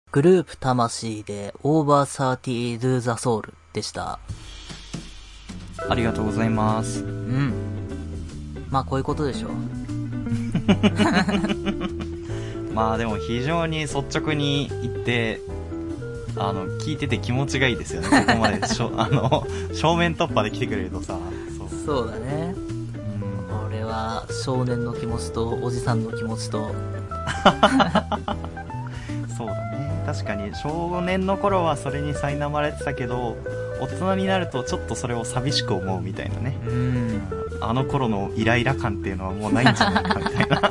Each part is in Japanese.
グループ魂で Over30 Do the Soul でした。 ありがとうございます。 まあこういうことでしょう。 まあでも非常に率直に言って聞いてて気持ちがいいですよね。ここまで正面突破で来てくれるとさ。 そうだね。俺は少年の気持ちとおじさんの気持ちとそうだね。確かに少年の頃はそれに苛まれてたけど、大人になるとちょっとそれを寂しく思うみたいなね。あの頃のイライラ感っていうのはもうないんじゃないかみたいな。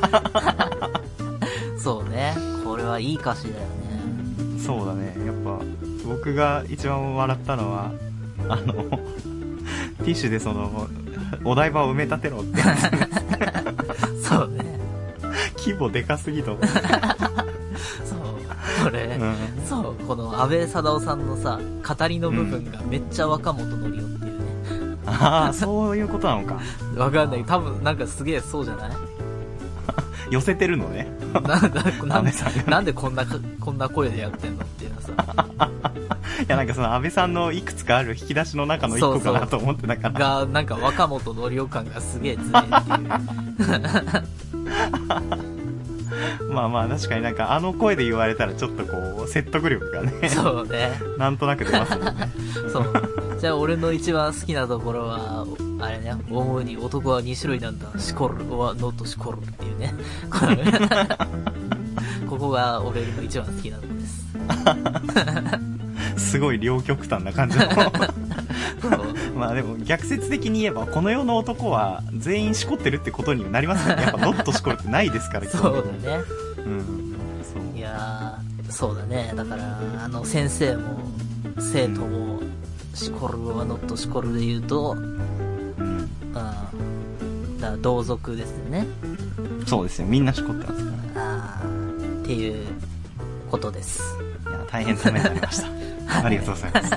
そうね。これはいい歌詞だよね。 そうだね。やっぱ僕が一番笑ったのはティッシュでお台場を埋め立てろってやつそうね。 規模でかすぎと思ってそうこれ、そうこの安倍貞夫さんのさ語りの部分がめっちゃ若本のりおっていうね、 ああそういうことなのか。 わかんない。多分なんかすげえそうじゃない寄せてるのね。 なんでこんな声でやってんのっていうのさいやなんか安倍さんのいくつかある引き出しの中の一個かなと思ってたから。 なんか若本のりお感がすげえ強いっていうまあまあ確かになんか声で言われたらちょっとこう説得力がね。 そうね。 なんとなく出ますもんね。 そう。じゃあ俺の一番好きなところはあれね、主に男は2種類なんだ。シコルはノットシコルっていうね。ここが俺の一番好きなところです。 すごい両極端な感じの。まあでも逆説的に言えばこの世の男は全員しこってるってことになりますよね。やっぱノットしこるってないですから。 そうだね。 そう。 いやーそうだね。だから先生も生徒もシコルはノットシコルで言うとだから同族ですよね。 そうですよ。みんなしこってますから。 っていうことです。 いや大変ためになりました。ありがとうございます。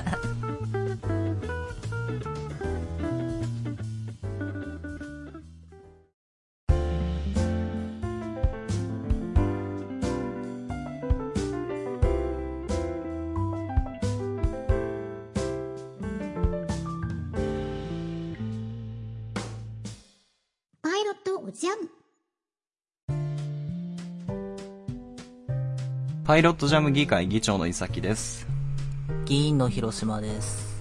パイロットジャム議会議長の伊崎です。 議員の広島です。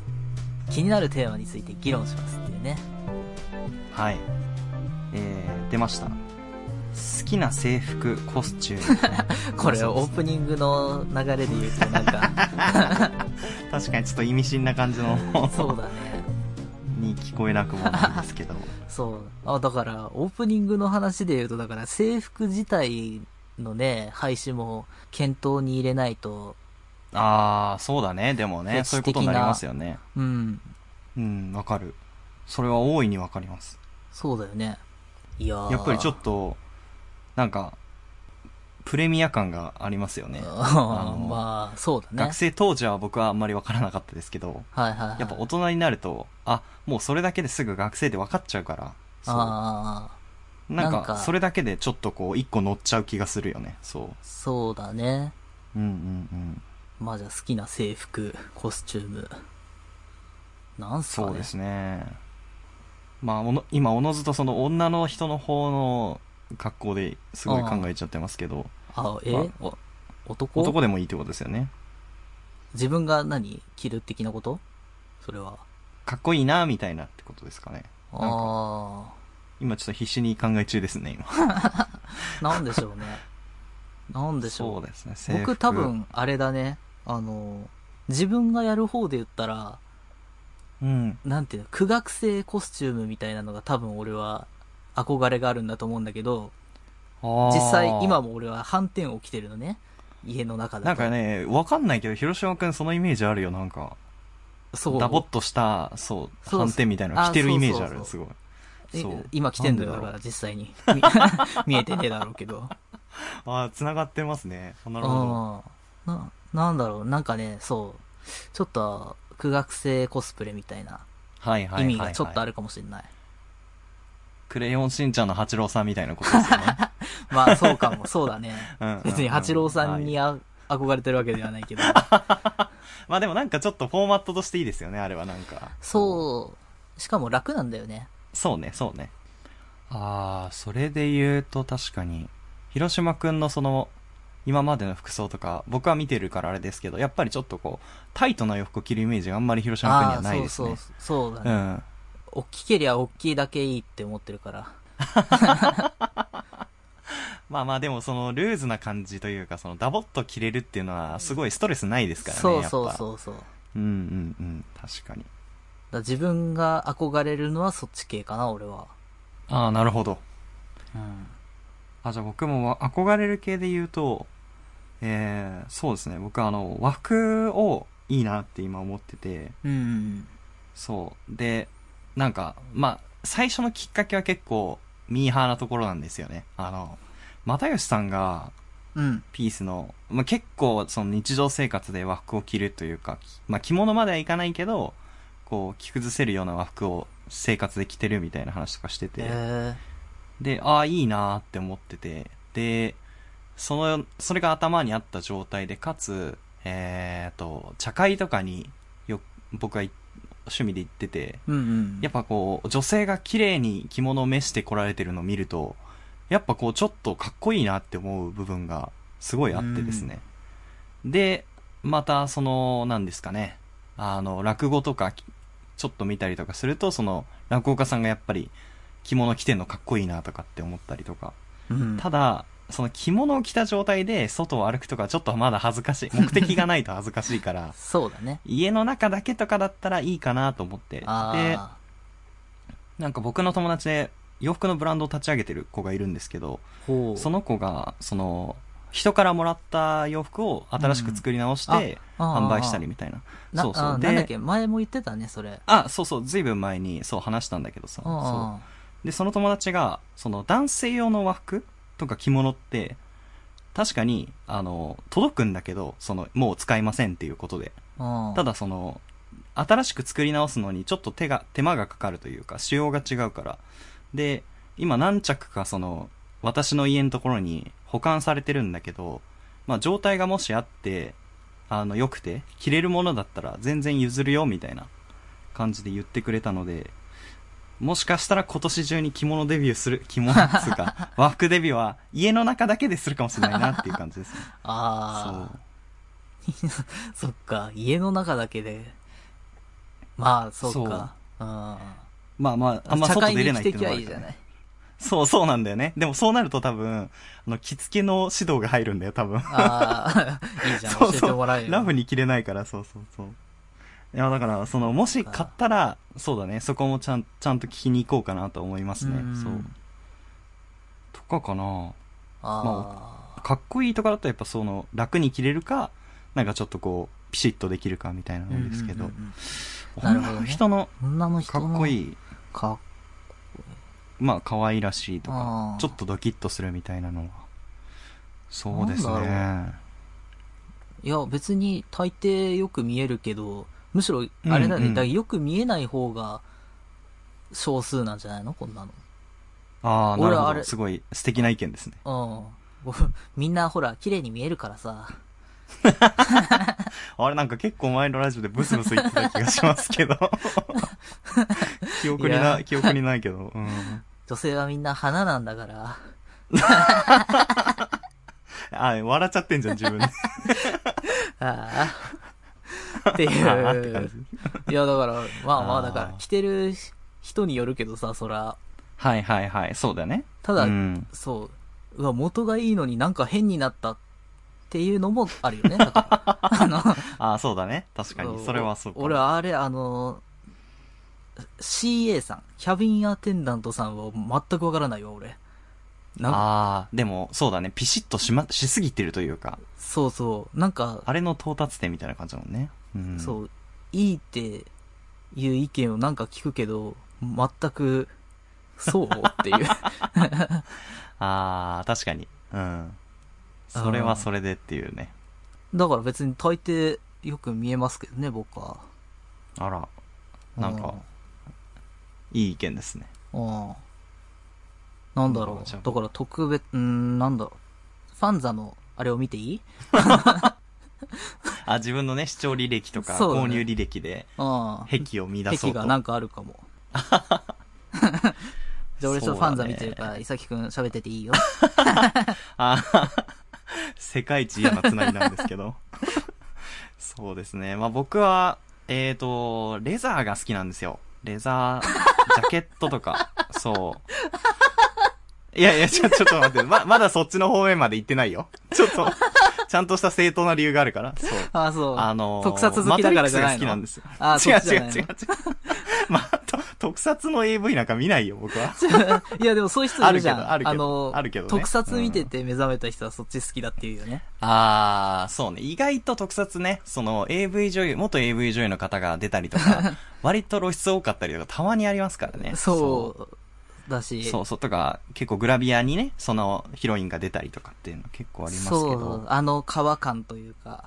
気になるテーマについて議論しますっていうね。 はい。出ました。好きな制服、コスチューム。 これオープニングの流れで言うとなんか確かにちょっと意味深な感じのそうだねに聞こえなくもないんですけど。 そうだからオープニングの話で言うとだから制服自体のね廃止も検討に入れないと。 そうだね。でもねそういうことになりますよね。わかる。それは大いにわかります。 そうだよね。いややっぱりちょっとなんかプレミア感がありますよね。 まあそうだね。 学生当時は僕はあんまりわからなかったですけど、やっぱ大人になるともうそれだけですぐ学生で分かっちゃうから。なんかそれだけでちょっとこう一個乗っちゃう気がするよね。 そうだね。まあじゃあ好きな制服コスチュームなんすかね。 そうですね。まあ今おのずとその女の人の方の格好ですごい考えちゃってますけど。男でもいいってことですよね。 自分が着る的なこと？それはかっこいいなみたいなってことですかね。今ちょっと必死に考え中ですね今。 なんでしょうね。なんでしょう。 そうですね。 僕多分あれだね。自分がやる方で言ったら、なんていうの、苦学生コスチュームみたいなのが多分俺は憧れがあるんだと思うんだけど、実際今も俺は反転を着てるのね。家の中で。 なんかね、わかんないけど広島くんそのイメージあるよ。なんかダボっとした反転みたいなの着てるイメージある。すごい。 今着てんだよ。だから実際に見えてねえだろうけど。 繋がってますね。なるほど。なんだろう、なんかね、ちょっと苦学生コスプレみたいな意味がちょっとあるかもしれない。 クレヨンしんちゃんの八郎さんみたいなことですよね。 まあそうかも。そうだね。別に八郎さんに憧れてるわけではないけど。 まあでもなんかちょっとフォーマットとしていいですよね、あれはなんか。 そう。しかも楽なんだよね。 そうね。それで言うと確かに、広島くんのその、今までの服装とか、僕は見てるからあれですけど、やっぱりちょっとこう、タイトな洋服を着るイメージがあんまり広島くんにはないですね。 そうだね。大きけりゃ大きいだけいいって思ってるから。 まあでもそのルーズな感じというか、そのダボっと着れるっていうのはすごいストレスないですからね。 そう。 確かに。 自分が憧れるのはそっち系かな、俺は。 ああ、なるほど。 うん。 じゃあ僕も憧れる系で言うと、そうですね。僕和服をいいなって今思ってて。そう。で、なんか、最初のきっかけは結構ミーハーなところなんですよね。又吉さんが、ピースの、結構その日常生活で和服を着るというか、着物まではいかないけど、こう着崩せるような和服を生活で着てるみたいな話とかしてて、で、いいなーって思ってて、で、それが頭にあった状態で、かつ、茶会とかに僕は趣味で行ってて、やっぱこう女性が綺麗に着物を召して来られてるのを見ると、やっぱこうちょっとかっこいいなって思う部分がすごいあってですね。で、またなんですかね、落語とかちょっと見たりとかすると、その落語家さんがやっぱり着物着てんのかっこいいなとかって思ったりとか。ただ、その着物を着た状態で外を歩くとかちょっとまだ恥ずかしい。目的がないと恥ずかしいから。 そうだね。 家の中だけとかだったらいいかなと思って。で、なんか僕の友達で洋服のブランドを立ち上げてる子がいるんですけど、その子が、人からもらった洋服を新しく作り直して販売したりみたいな。 そう。なんだっけ、前も言ってたね、それ。 ずいぶん前に話したんだけどさ。で、その友達が、男性用の和服とか着物って、確かに、届くんだけど、もう使いませんっていうことで。ただ新しく作り直すのにちょっと手間がかかるというか、仕様が違うから。で、今何着か私の家のところに保管されてるんだけど、状態がもしあって、良くて、着れるものだったら全然譲るよ、みたいな感じで言ってくれたので、もしかしたら今年中に着物デビューする、着物つうか、和服デビューは家の中だけでするかもしれないなっていう感じですね。 そっか、家の中だけで。そうか。 あんま外出れないっていうのがあるからね。そうなんだよね。でもそうなると多分、着付けの指導が入るんだよ、多分。 いいじゃん、教えてもらえる。 ラフに着れないから、そう。いや、だから、もし買ったら、そうだね、そこもちゃんと聞きに行こうかなと思いますね。そう。とかかな。かっこいいとかだとやっぱ楽に着れるか、なんかちょっとこう、ピシッとできるかみたいなんですけど。 なるほどね。 女の人の、かっこいい。可愛らしいとか、ちょっとドキッとするみたいなのは。そうですね。 いや、別に大抵よく見えるけど、むしろ、あれだね、だよく見えない方が少数なんじゃないのこんなの。 なるほど。すごい素敵な意見ですね。 みんなほら、綺麗に見えるからさ。 あれなんか結構前のラジオでブスブス言ってた気がしますけど。記憶にないけど。 女性はみんな花なんだから。 笑っちゃってんじゃん、自分で。 っていう。いや、だから、だから、着てる人によるけどさ、そら。 はい。そうだね。 ただ、元がいいのになんか変になったっていうのもあるよね。だからそうだね。確かに。それはそうか。 俺、あれ、CA さん、キャビンアテンダントさんは全くわからないわ、俺。 でも、そうだね。ピシッとしすぎてるというか。 そう。なんか、 あれの到達点みたいな感じだもんね。 そう。いいっていう意見をなんか聞くけど、全く、そうっていう。 確かに。それはそれでっていうね。 だから別に大抵よく見えますけどね、僕は。 あら。なんか、いい意見ですね。 なんだろう。だから特別、なんだろう。ファンザの、あれを見ていいあ、自分のね、視聴履歴とか、 そうだね購入履歴で、癖を見出そうと。 癖がなんかあるかも。じゃあ俺ちょっとファンザ見てるから、伊崎くん喋ってていいよ。 世界一嫌なつなぎなんですけど。そうですね。まあ僕は、レザーが好きなんですよ。レザー、ジャケットとか、そう。いやいや、ちょっと待って、まだそっちの方面まで行ってないよ。ちょっと、ちゃんとした正当な理由があるから。そう。 あ、そう。特撮好きだからじゃないの？ マトリックスが好きなんですよ。違う。まあ、特撮の AV なんか見ないよ、僕は。 いや、でもそういう人いるじゃん。 あるけどね。 特撮見てて目覚めた人はそっち好きだっていうよね。 そうね。意外と特撮ね、その AV 女優、元 AV 女優の方が出たりとか、割と露出多かったりとか、たまにありますからね。 そうだし。 そうとか、結構グラビアにね、そのヒロインが出たりとかっていうの結構ありますけど。 そう、革感というか、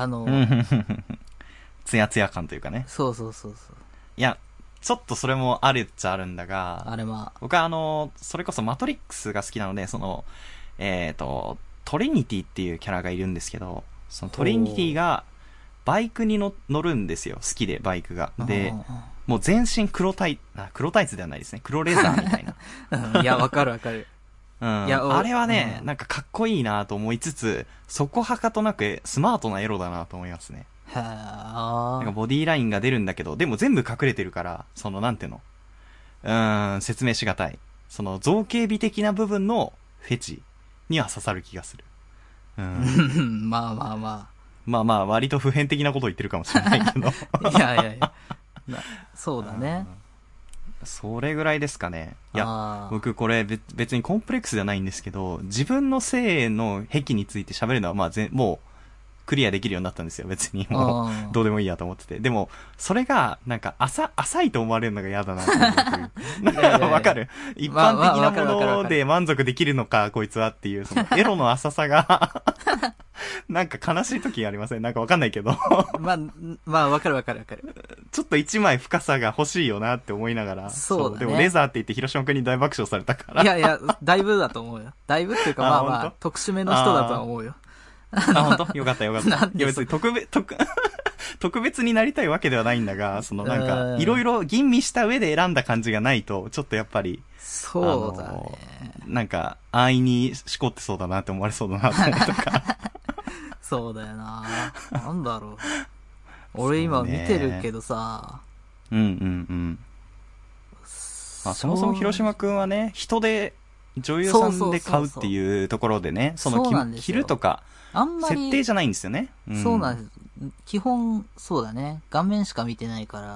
ツヤツヤ感というかね。 そう。 いや、ちょっとそれもあるっちゃあるんだが、僕はそれこそマトリックスが好きなので、その、トリニティっていうキャラがいるんですけど、そのトリニティがバイクに乗るんですよ。好きで、バイクが。で、もう全身黒タイツではないですね。黒レザーみたいな。いや、わかる。 うん。いや、あれはね、なんかかっこいいなと思いつつ、そこはかとなくスマートなエロだなと思いますね。なんかボディラインが出るんだけど、でも全部隠れてるから、そのなんていうの説明しがたい。その造形美的な部分のフェチには刺さる気がする。 まあ、割と普遍的なことを言ってるかもしれないけど。 いや。そうだね。 それぐらいですかね。いや、僕これ別にコンプレックスじゃないんですけど、自分の性の癖について喋るのはもうクリアできるようになったんですよ。別にもうどうでもいいやと思ってて。でも、それがなんか浅いと思われるのが嫌だなっていう。わかる？一般的なもので満足できるのか、こいつはっていう、そのエロの浅さが、なんか悲しい時ありません？なんかわかんないけど。 まあ、わかる。 ちょっと一枚深さが欲しいよなって思いながら。 そうだね。 でもレザーって言って広島君に大爆笑されたから。 いや、だいぶだと思うよ。だいぶっていうかまあ、特殊めの人だとは思うよ。 本当？よかった。いや別に特別になりたいわけではないんだが、そのなんか、いろいろ吟味した上で選んだ感じがないと、ちょっとやっぱり、 そうだね。 なんか、安易にしこってそうだなって思われそうだなと思ったから。 そうだよな。なんだろう。俺今見てるけどさ。 まあそもそも広島くんはね、人で、女優さんで買うっていうところでね、その着るとか、 あんまり設定じゃないんですよね。 そうなんです。基本、そうだね。顔面しか見てないから、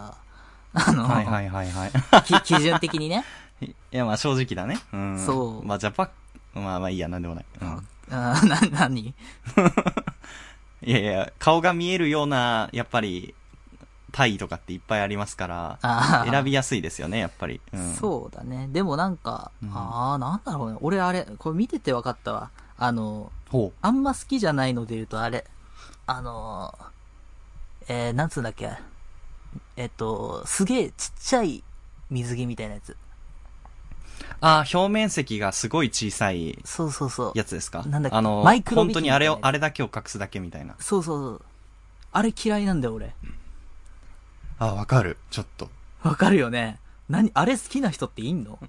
はい。 基準的にね。 いや、まあ正直だね。 そう。 まあいいや、なんでもない。 何いや、顔が見えるような、やっぱり、タイとかっていっぱいありますから、選びやすいですよね、やっぱり。 そうだね。でもなんか、なんだろうね。俺これ見てて分かったわ。あんま好きじゃないので言うとなんつうんだっけ。すげえちっちゃい水着みたいなやつ。 表面積がすごい小さい。 そう。 やつですか？ なんだっけ、マイクロビキニ本当にあれだけを隠すだけみたいな。 そう。あれ嫌いなんだよ、俺。 わかる。ちょっと。 わかるよね。あれ好きな人っていんの？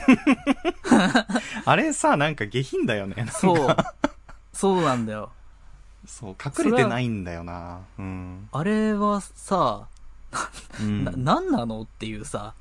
あれさ、なんか下品だよね。 そうなんだよ。 そう、隠れてないんだよな。 あれはさ、なんなのっていうさ、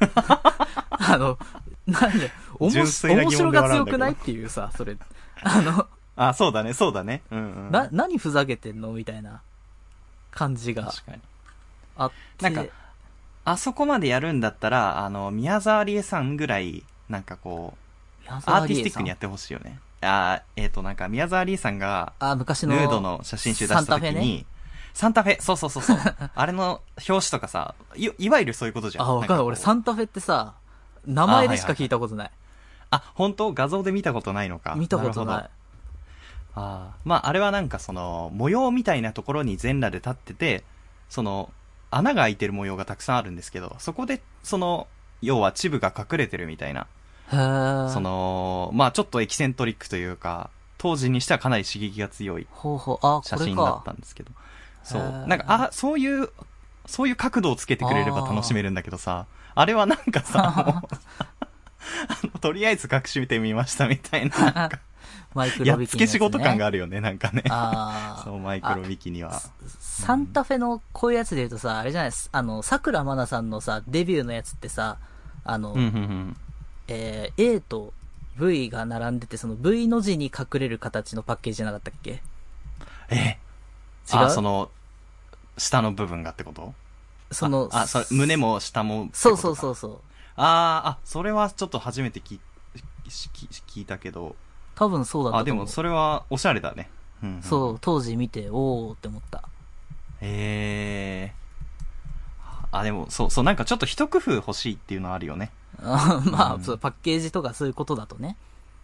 なんで、面白が強くないっていうさ、それ。 そうだね。 何ふざけてんのみたいな感じが。 確かに。 あって。 なんか、あそこまでやるんだったら、宮沢りえさんぐらい、なんかこう、アーティスティックにやってほしいよね。なんか宮沢りえさんが、 昔のヌードの写真集出した時に、サンタフェ、そう。あれの表紙とかさ、いわゆるそういうことじゃん。 わかる。俺サンタフェってさ、名前でしか聞いたことない。 本当？画像で見たことないのか。 見たことない。 まあ、あれはなんかその、模様みたいなところに全裸で立ってて、その、穴が開いてる模様がたくさんあるんですけど、そこで、その、要はチブが隠れてるみたいな。その、まあちょっとエキセントリックというか、当時にしてはかなり刺激が強い写真だったんですけど。 そう。なんか、そういう角度をつけてくれれば楽しめるんだけどさ、あれはなんかさ、もうとりあえず隠し見てみましたみたいな、なんかマイクロビキニ、ね、 やっつけ仕事感があるよね、なんかね。そう、マイクロビキニは。 サンタフェのこういうやつで言うとさ、あれじゃないです。桜まなさんのさ、デビューのやつってさ、A と V が並んでて、その V の字に隠れる形のパッケージじゃなかったっけ？ 違う？その、下の部分がってこと？胸も下も。 そう。 それはちょっと初めて聞いたけど。 多分そうだったと思う。 でもそれはおしゃれだね。 そう、当時見て、おーって思った。 でも、そう、なんかちょっと一工夫欲しいっていうのはあるよね。 まあ、そう、パッケージとかそういうことだとね。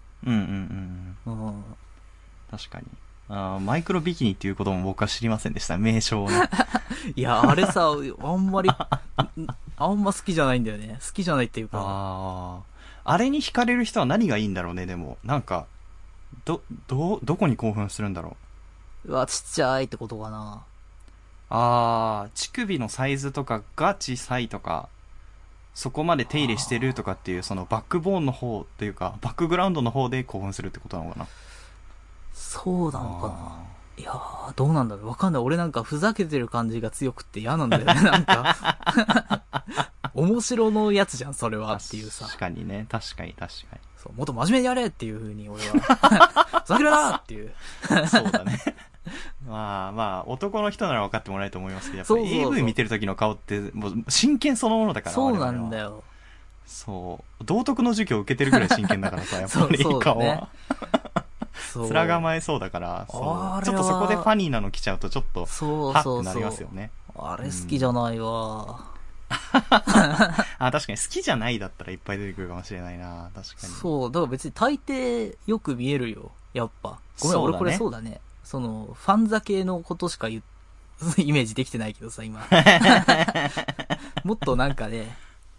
確かに。マイクロビキニっていうことも僕は知りませんでした。名称をね。 いや、あれさ、あんま好きじゃないんだよね。好きじゃないっていうか。 あれに惹かれる人は何がいいんだろうね、でも。なんか、どこに興奮するんだろう。うわ、ちっちゃいってことかな。 乳首のサイズとかが小さいとか、そこまで手入れしてるとかっていう、そのバックボーンの方というか、バックグラウンドの方で興奮するってことなのかな。 そうなのかな。いやー、どうなんだろう。わかんない。俺なんかふざけてる感じが強くって嫌なんだよね、なんか。面白のやつじゃん、それはっていうさ。 確かにね、確かに。 そう、もっと真面目にやれっていう風に俺は。ふざけるなっていう。 そうだね。まあ、男の人なら分かってもらえると思いますけど、やっぱり AV 見てる時の顔って、もう真剣そのものだから。 そうなんだよ。 そう。道徳の授業を受けてるぐらい真剣だからさ、やっぱり顔は。面構えそうだから、ちょっとそこでファニーなの来ちゃうとちょっと、はってなりますよね。 あれ好きじゃないわ。 確かに好きじゃないだったらいっぱい出てくるかもしれないな。確かに。 そう、だから別に大抵よく見えるよ、やっぱ。ごめん、俺これそうだね。ファンザ系のことしかイメージできてないけどさ、今。もっとなんかね。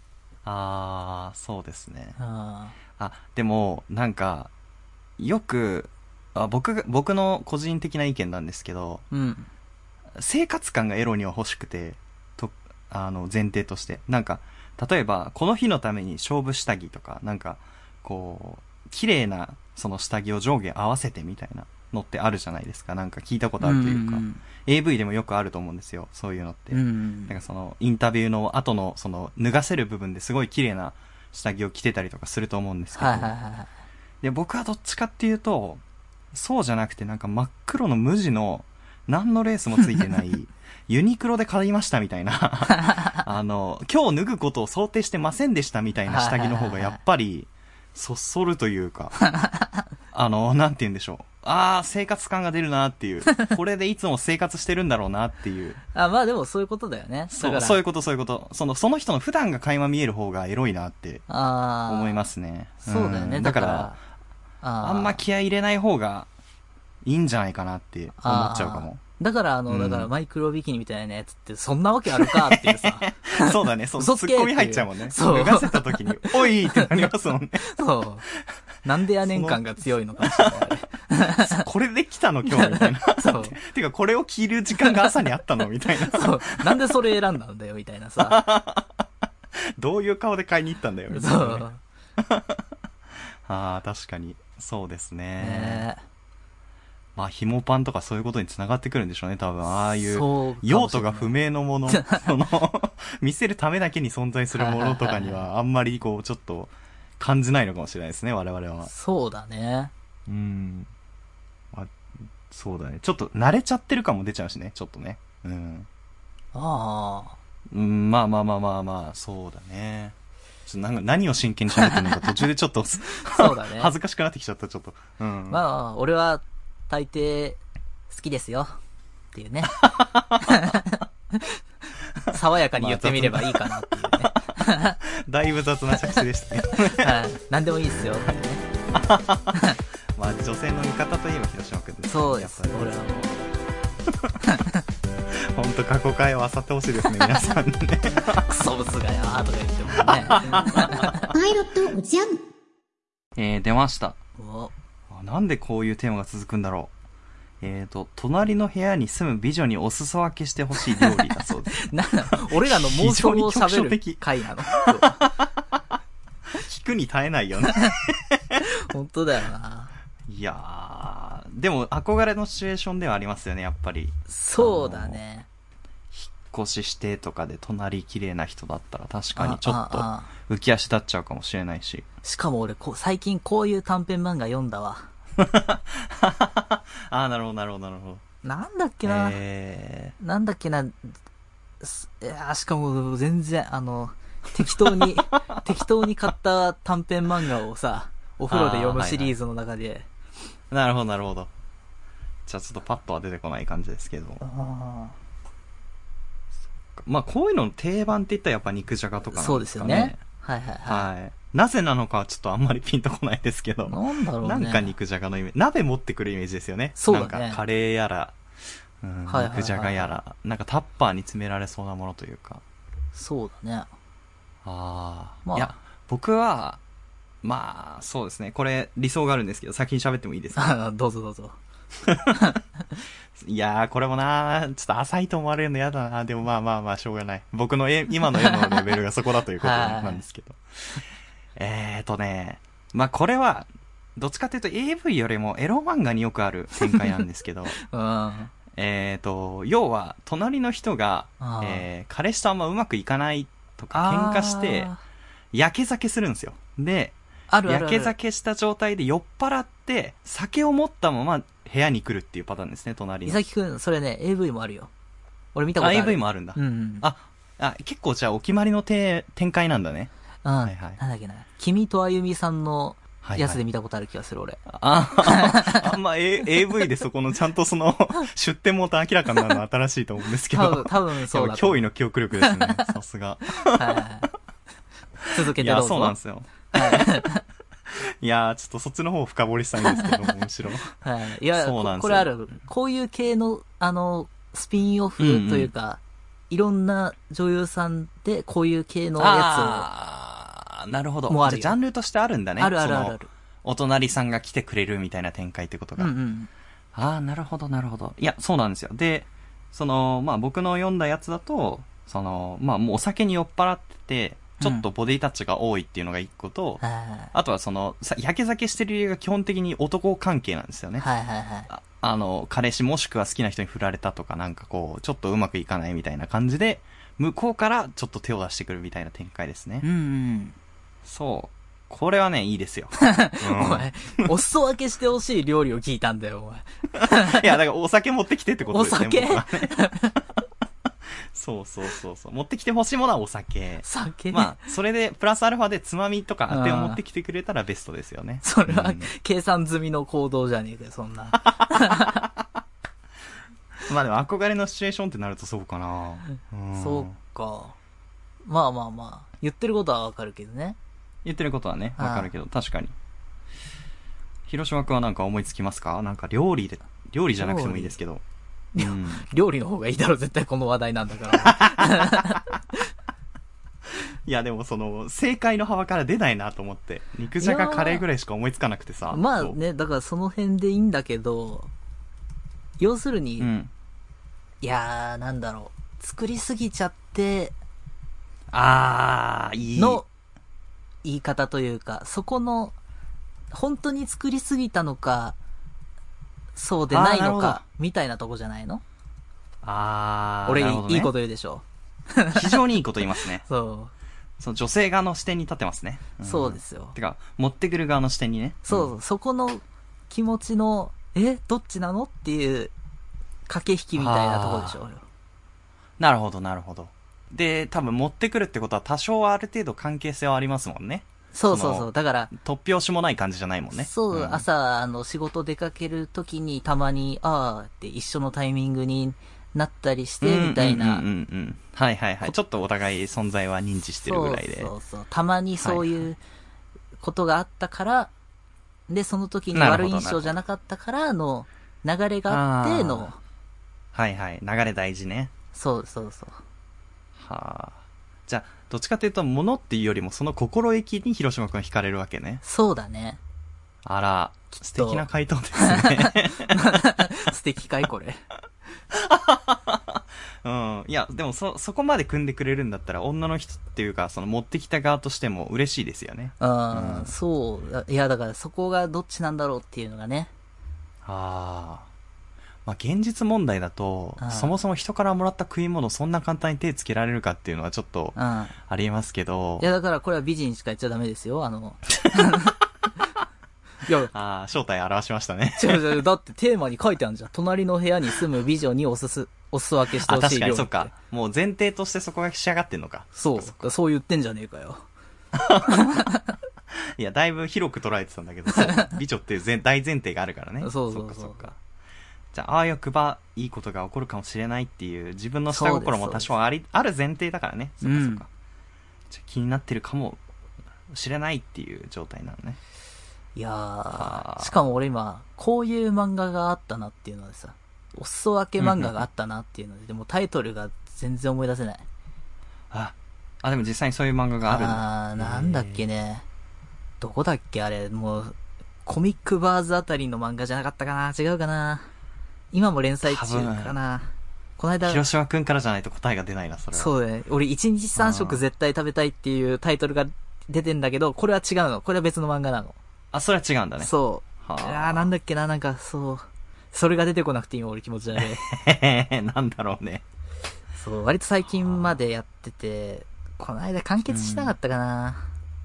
そうですね。でも、なんか、よく、僕の個人的な意見なんですけど、生活感がエロには欲しくて、前提として。なんか、例えば、この日のために勝負下着とか、なんか、こう、綺麗な、その下着を上下合わせてみたいなのってあるじゃないですか。なんか聞いたことあるというか、AV でもよくあると思うんですよ。そういうのって。なんかその、インタビューの後の、その、脱がせる部分ですごい綺麗な下着を着てたりとかすると思うんですけど、で、僕はどっちかっていうと、そうじゃなくてなんか真っ黒の無地の、何のレースもついてない、ユニクロで買いましたみたいな今日脱ぐことを想定してませんでしたみたいな下着の方がやっぱり、そそるというか、なんて言うんでしょう。生活感が出るなっていう。これでいつも生活してるんだろうなっていう。 まあでもそういうことだよね。 そういうこと。その人の普段が垣間見える方がエロいなって思いますね。 そうだよね。 だから、あんま気合い入れない方がいいんじゃないかなって思っちゃうかも。 だからだからマイクロビキニみたいなやつってそんなわけあるかっていうさ。 そうだね、ツッコミ入っちゃうもんね。脱がせた時に、おいってなりますもんね。 そう。なんでやねん感が強いのかもしれない。 これで来たの今日みたいな。そう。てかこれを着る時間が朝にあったのみたいな。 そう。なんでそれ選んだんだよみたいなさ。 どういう顔で買いに行ったんだよみたいな、ね。そう。確かに。そうですね。まあ、紐パンとかそういうことに繋がってくるんでしょうね、多分。ああいう、用途が不明のもの、見せるためだけに存在するものとかには、あんまりこう、ちょっと、感じないのかもしれないですね、我々は。 そうだね。 そうだね。ちょっと慣れちゃってる感も出ちゃうしね、ちょっとね。 まあ、そうだね。何を真剣に喋ってるのか途中でちょっとそうだね。 恥ずかしくなってきちゃった、ちょっと。 まあ、俺は、大抵、好きですよ。っていうね。爽やかに言ってみればいいかなっていうね。 だいぶ雑な着地でしたね。 何でもいいですよっていうね。 まあ、女性の味方といえば広島君です、ね。 そうです。俺はもう。ほんと過去回を漁ってほしいですね、皆さんね。 クソブスがやーとか言ってもね。パイロットじゃん。出ました。なんでこういうテーマが続くんだろう。 隣の部屋に住む美女にお裾分けしてほしい料理だそうです。 なんだ俺らの妄想を喋る回なの聞くに耐えないよね。 本当だよな。 いやー、でも憧れのシチュエーションではありますよね、やっぱり。 そうだね。 引っ越ししてとかで隣綺麗な人だったら確かにちょっと浮き足立っちゃうかもしれないし。 しかも俺最近こういう短編漫画読んだわ。 ああ、なるほどなるほどなるほど。 なんだっけな、なんだっけな、しかも全然適当に買った短編漫画をさ、お風呂で読むシリーズの中で、はいはい、 なるほどなるほど。じゃあちょっとパッとは出てこない感じですけど。まあこういうのの定番って言ったらやっぱ肉じゃがとかなんですかね。 そうですよね。はいはいはい。 はい。なぜなのかはちょっとあんまりピンとこないですけど。 なんだろうね。 なんか肉じゃがのイメージ。鍋持ってくるイメージですよね。 そうだね。 なんかカレーやら、肉じゃがやら、なんかタッパーに詰められそうなものというか。 そうだね。 まあ、いや、僕は、まあ、そうですね。これ理想があるんですけど、先に喋ってもいいですか？ どうぞどうぞ。 いやー、これもなー、ちょっと浅いと思われるの嫌だな。でもまあまあまあ、しょうがない。僕の今の絵のレベルがそこだということなんですけど。まあこれは、どっちかというと AV よりもエロ漫画によくある展開なんですけど、 うん、 要は、隣の人が、彼氏とあんまうまくいかないとか喧嘩して、やけ酒するんですよ。で、やけ酒した状態で酔っ払って、酒を持ったまま部屋に来るっていうパターンですね、隣に。 伊崎くん、それね、AV もあるよ。俺見たことある。 AV もあるんだ。 うん、 結構じゃあお決まりの展開なんだね。 はいはい。なんだっけな。君とあゆみさんのやつで見たことある気がする、俺。 あんま AV でそこのちゃんとその出典元明らかになるのは新しいと思うんですけど。 多分そうだ。 驚異の記憶力ですね。さすが。 続けてどうぞ。 いや、そうなんですよ。いやちょっとそっちの方を深掘りしたいんですけど、むしろ。 はい。いや、これある。こういう系の、スピンオフというか、いろんな女優さんでこういう系のやつを。なるほど。 もうある。 じゃあジャンルとしてあるんだね。 あるあるある。 お隣さんが来てくれるみたいな展開ってことが。なるほどなるほど。いや、そうなんですよ。で、まあ僕の読んだやつだと、まあもうお酒に酔っ払ってて、ちょっとボディタッチが多いっていうのが一個と、あとはやけ酒してる理由が基本的に男関係なんですよね。彼氏もしくは好きな人に振られたとかなんかこう、ちょっとうまくいかないみたいな感じで、向こうからちょっと手を出してくるみたいな展開ですね。そう。これはね、いいですよ。 お前、お裾分けしてほしい料理を聞いたんだよ、お前。いや、だからお酒持ってきてってことですね。 お酒そう。持ってきてほしいものはお酒。まあ、それで、プラスアルファでつまみとか当てを持ってきてくれたらベストですよね。 それは、計算済みの行動じゃねえかよ、そんな。 まあでも憧れのシチュエーションってなるとそうかな。 そうか。まあ。言ってることはわかるけどね。 言ってることはね、わかるけど、確かに。広島くんはなんか思いつきますか？なんか料理じゃなくてもいいですけど。 料理の方がいいだろ、絶対この話題なんだから。 いや、でも正解の幅から出ないなと思って。肉じゃがカレーぐらいしか思いつかなくてさ。 まあね、だからその辺でいいんだけど、要するに、いやー、なんだろう。作りすぎちゃって、の言い方というか、そこの、本当に作りすぎたのか、そうでないのか、みたいなとこじゃないの？俺、いいこと言うでしょ。 非常にいいこと言いますね。 そう。 女性側の視点に立ってますね。 そうですよ。 てか、持ってくる側の視点にね。 そこの気持ちの、どっちなのっていう、駆け引きみたいなとこでしょうよ。 なるほど。で、多分持ってくるってことは多少はある程度関係性はありますもんね。 そう。だから、 突拍子もない感じじゃないもんね。 そう、朝、仕事出かけるときにたまに、って一緒のタイミングになったりして、みたいな。 はい。ちょっとお互い存在は認知してるぐらいで。 そう。たまにそういうことがあったから、で、その時に悪い印象じゃなかったからの流れがあっての。 はい。流れ大事ね。 そう。 はあ。じゃあ、どっちかというと、物っていうよりも、その心意気に広島くん惹かれるわけね。 そうだね。 あら、素敵な回答ですね。 素敵かいこれ。 うん。いや、でもそこまで組んでくれるんだったら、女の人っていうか、その持ってきた側としても嬉しいですよね。 うん、そう。いや、だからそこがどっちなんだろうっていうのがね。 ああ。まあ、現実問題だと、そもそも人からもらった食い物そんな簡単に手つけられるかっていうのはちょっと、ありますけど。 いや、だからこれは美人しか言っちゃダメですよ、いや、 正体表しましたね。 違う、だってテーマに書いてあるじゃん。隣の部屋に住む美女にお裾分けしてほしい料理って。 確かに、そっか。もう前提としてそこが仕上がってんのか。 そう。そう言ってんじゃねえかよ。 いや、だいぶ広く捉えてたんだけど、美女っていう大前提があるからね。 そう。 そっか。じゃあ、あよくばいいことが起こるかもしれないっていう自分の下心も多少ある前提だからね。そっか。じゃあ気になってるかもしれないっていう状態なのね。 いやー、しかも俺今、こういう漫画があったなっていうのでさ、お裾分け漫画があったなっていうので、でもタイトルが全然思い出せない。 でも実際にそういう漫画があるんだ。 なんだっけね。どこだっけあれ、もう、コミックバーズあたりの漫画じゃなかったかな、違うかな。今も連載中かな。この間。 広島くんからじゃないと答えが出ないな、それは。 そうだね。俺1日3食絶対食べたいっていうタイトルが出てんだけど、これは違うの。これは別の漫画なの。 それは違うんだね。 そう。なんだっけな、なんか、そう。それが出てこなくて今俺気持ち悪い。 なんだろうね。 そう、割と最近までやってて、この間完結しなかったかな。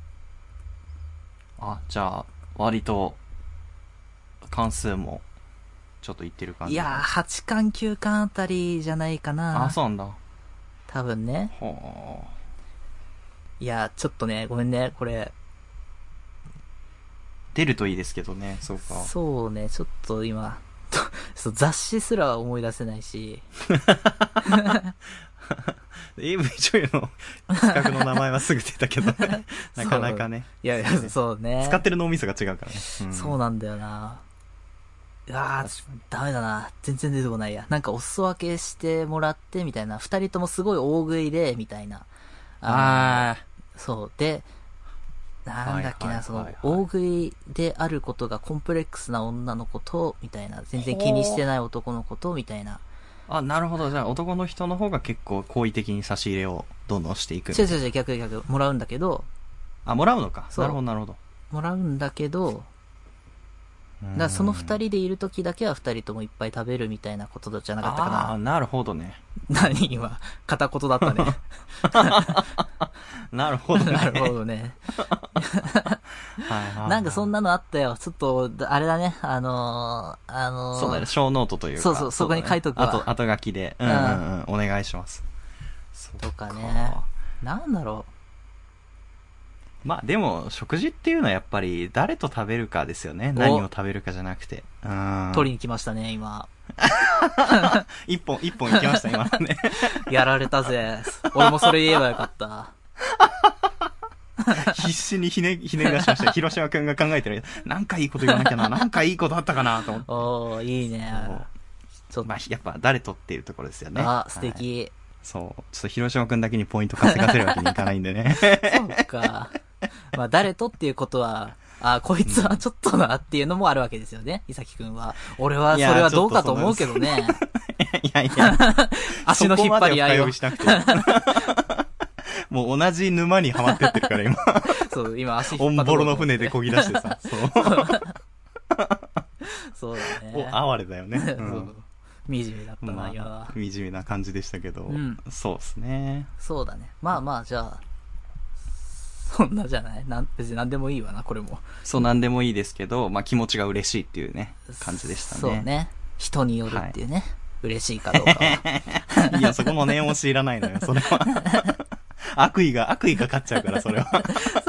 じゃあ、割と、関数も、ちょっといってる感じ。 いやー、8巻9巻あたりじゃないかな。 そうなんだ。 多分ね。いや、ちょっとね、ごめんね、これ。 出るといいですけどね、そうか。 そうね、ちょっと今、雑誌すら思い出せないし。 AV 女優の企画の名前はすぐ出たけどね。なかなかね。 いや、そうね。 使ってる脳みそが違うからね。 そうなんだよな。ダメだな。全然出てこないや。なんかお裾分けしてもらってみたいな。二人ともすごい大食いで、みたいな。そう。で、なんだっけな、その、大食いであることがコンプレックスな女の子と、みたいな。全然気にしてない男の子と、みたいな。 なるほど。じゃあ男の人の方が結構好意的に差し入れをどんどんしていく。 違う、逆。もらうんだけど。 もらうのか。なるほど。 もらうんだけど、だからその二人でいる時だけは二人ともいっぱい食べるみたいなことじゃなかったかな。 なるほどね。 何今、片言だったね。 なるほどね。 なるほどね。なんかそんなのあったよ。ちょっと、あれだね、 そうだね、小ノートというか。 そう、そこに書いとくわ。 後書きで。お願いします。 とかね。なんだろう。 でも、食事っていうのはやっぱり、誰と食べるかですよね。何を食べるかじゃなくて。 取りに来ましたね、今。 一本行きました、今ね。 やられたぜ。俺もそれ言えばよかった。 必死にひねり出しました。広島くんが考えてる。なんかいいこと言わなきゃな。なんかいいことあったかなと思って。 いいね。 やっぱ誰とっていうところですよね。 素敵。 そう。ちょっと広島くんだけにポイント稼がせるわけにいかないんでね。 そうか。誰とっていうことは、こいつはちょっとなっていうのもあるわけですよね、伊崎くんは。俺はそれはどうかと思うけどね。 いや。 足の引っ張り合いを。 しなくて。もう同じ沼にはまってってるから今。 そう、今足引っ張って。 オンボロの船で漕ぎ出してさ。 そうだね。 哀れだよね。 そう。惨めだったな、今は。 惨めな感じでしたけど。そうですね。 そうだね。じゃあ、そんなじゃない別に何でもいいわな、これも。 そう、何でもいいですけど、気持ちが嬉しいっていうね、感じでしたね。 そうね。人によるっていうね。嬉しいかどうかは。 いや、そこの念押しいらないのよ、それは。悪意が勝っちゃうから、それは。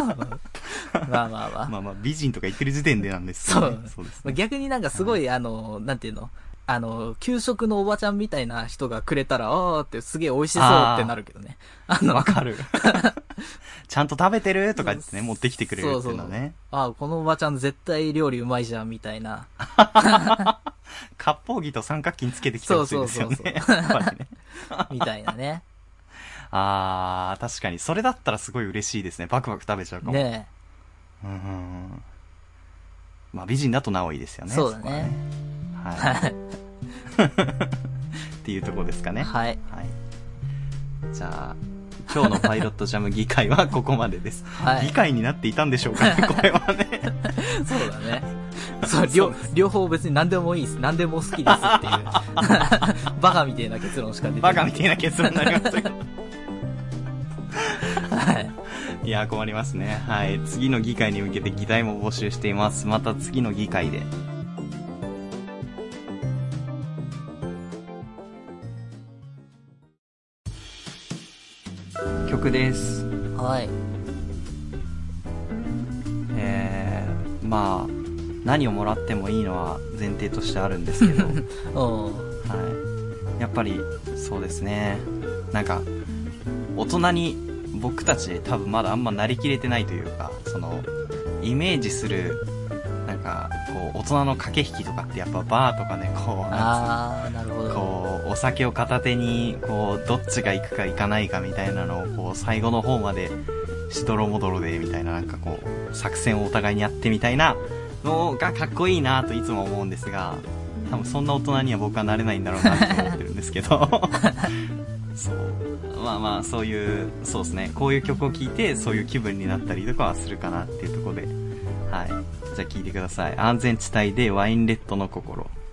美人とか言ってる時点でなんですよね。そうですね。逆になんかすごい、なんていうの給食のおばちゃんみたいな人がくれたら、ってすげえ美味しそうってなるけどね。 わかる。ちゃんと食べてるとか言ってね、持ってきてくれるっていうのね。 このおばちゃん絶対料理うまいじゃん、みたいな。 割烹着と三角巾つけてきてほしいですよね。 みたいなね。 確かに。それだったらすごい嬉しいですね。バクバク食べちゃうかも。 ねまあ美人だとなおいいですよね。 そうだね。 はい。っていうところですかね。 はい。はい。 じゃあ、今日のパイロットジャム議会はここまでです。はい。議会になっていたんでしょうかね、これはね。 そうだね。そう、両方別に何でもいいです。何でも好きですっていう。バカみたいな結論しか出てない。 バカみたいな結論になります。 はい。 いや、困りますね。はい。次の議会に向けて議題も募集しています。また次の議会で。曲です。 はい。 まあ、何をもらってもいいのは前提としてあるんですけど、はい。やっぱり、そうですね。なんか、大人に僕たち多分まだあんまなりきれてないというか、その、イメージする、なんか、こう、大人の駆け引きとかってやっぱバーとかね、こう、 なるほど。 こう、お酒を片手に、こう、どっちが行くか行かないかみたいなのを、こう、最後の方まで、しどろもどろで、みたいな、なんかこう、作戦をお互いにやってみたいなのがかっこいいなといつも思うんですが、多分そんな大人には僕はなれないんだろうなと思ってるんですけど、そう。まあまあ、そういう、そうですね。こういう曲を聴いて、そういう気分になったりとかはするかなっていうところで、はい。じゃあ聴いてください。安全地帯でワインレッドの心。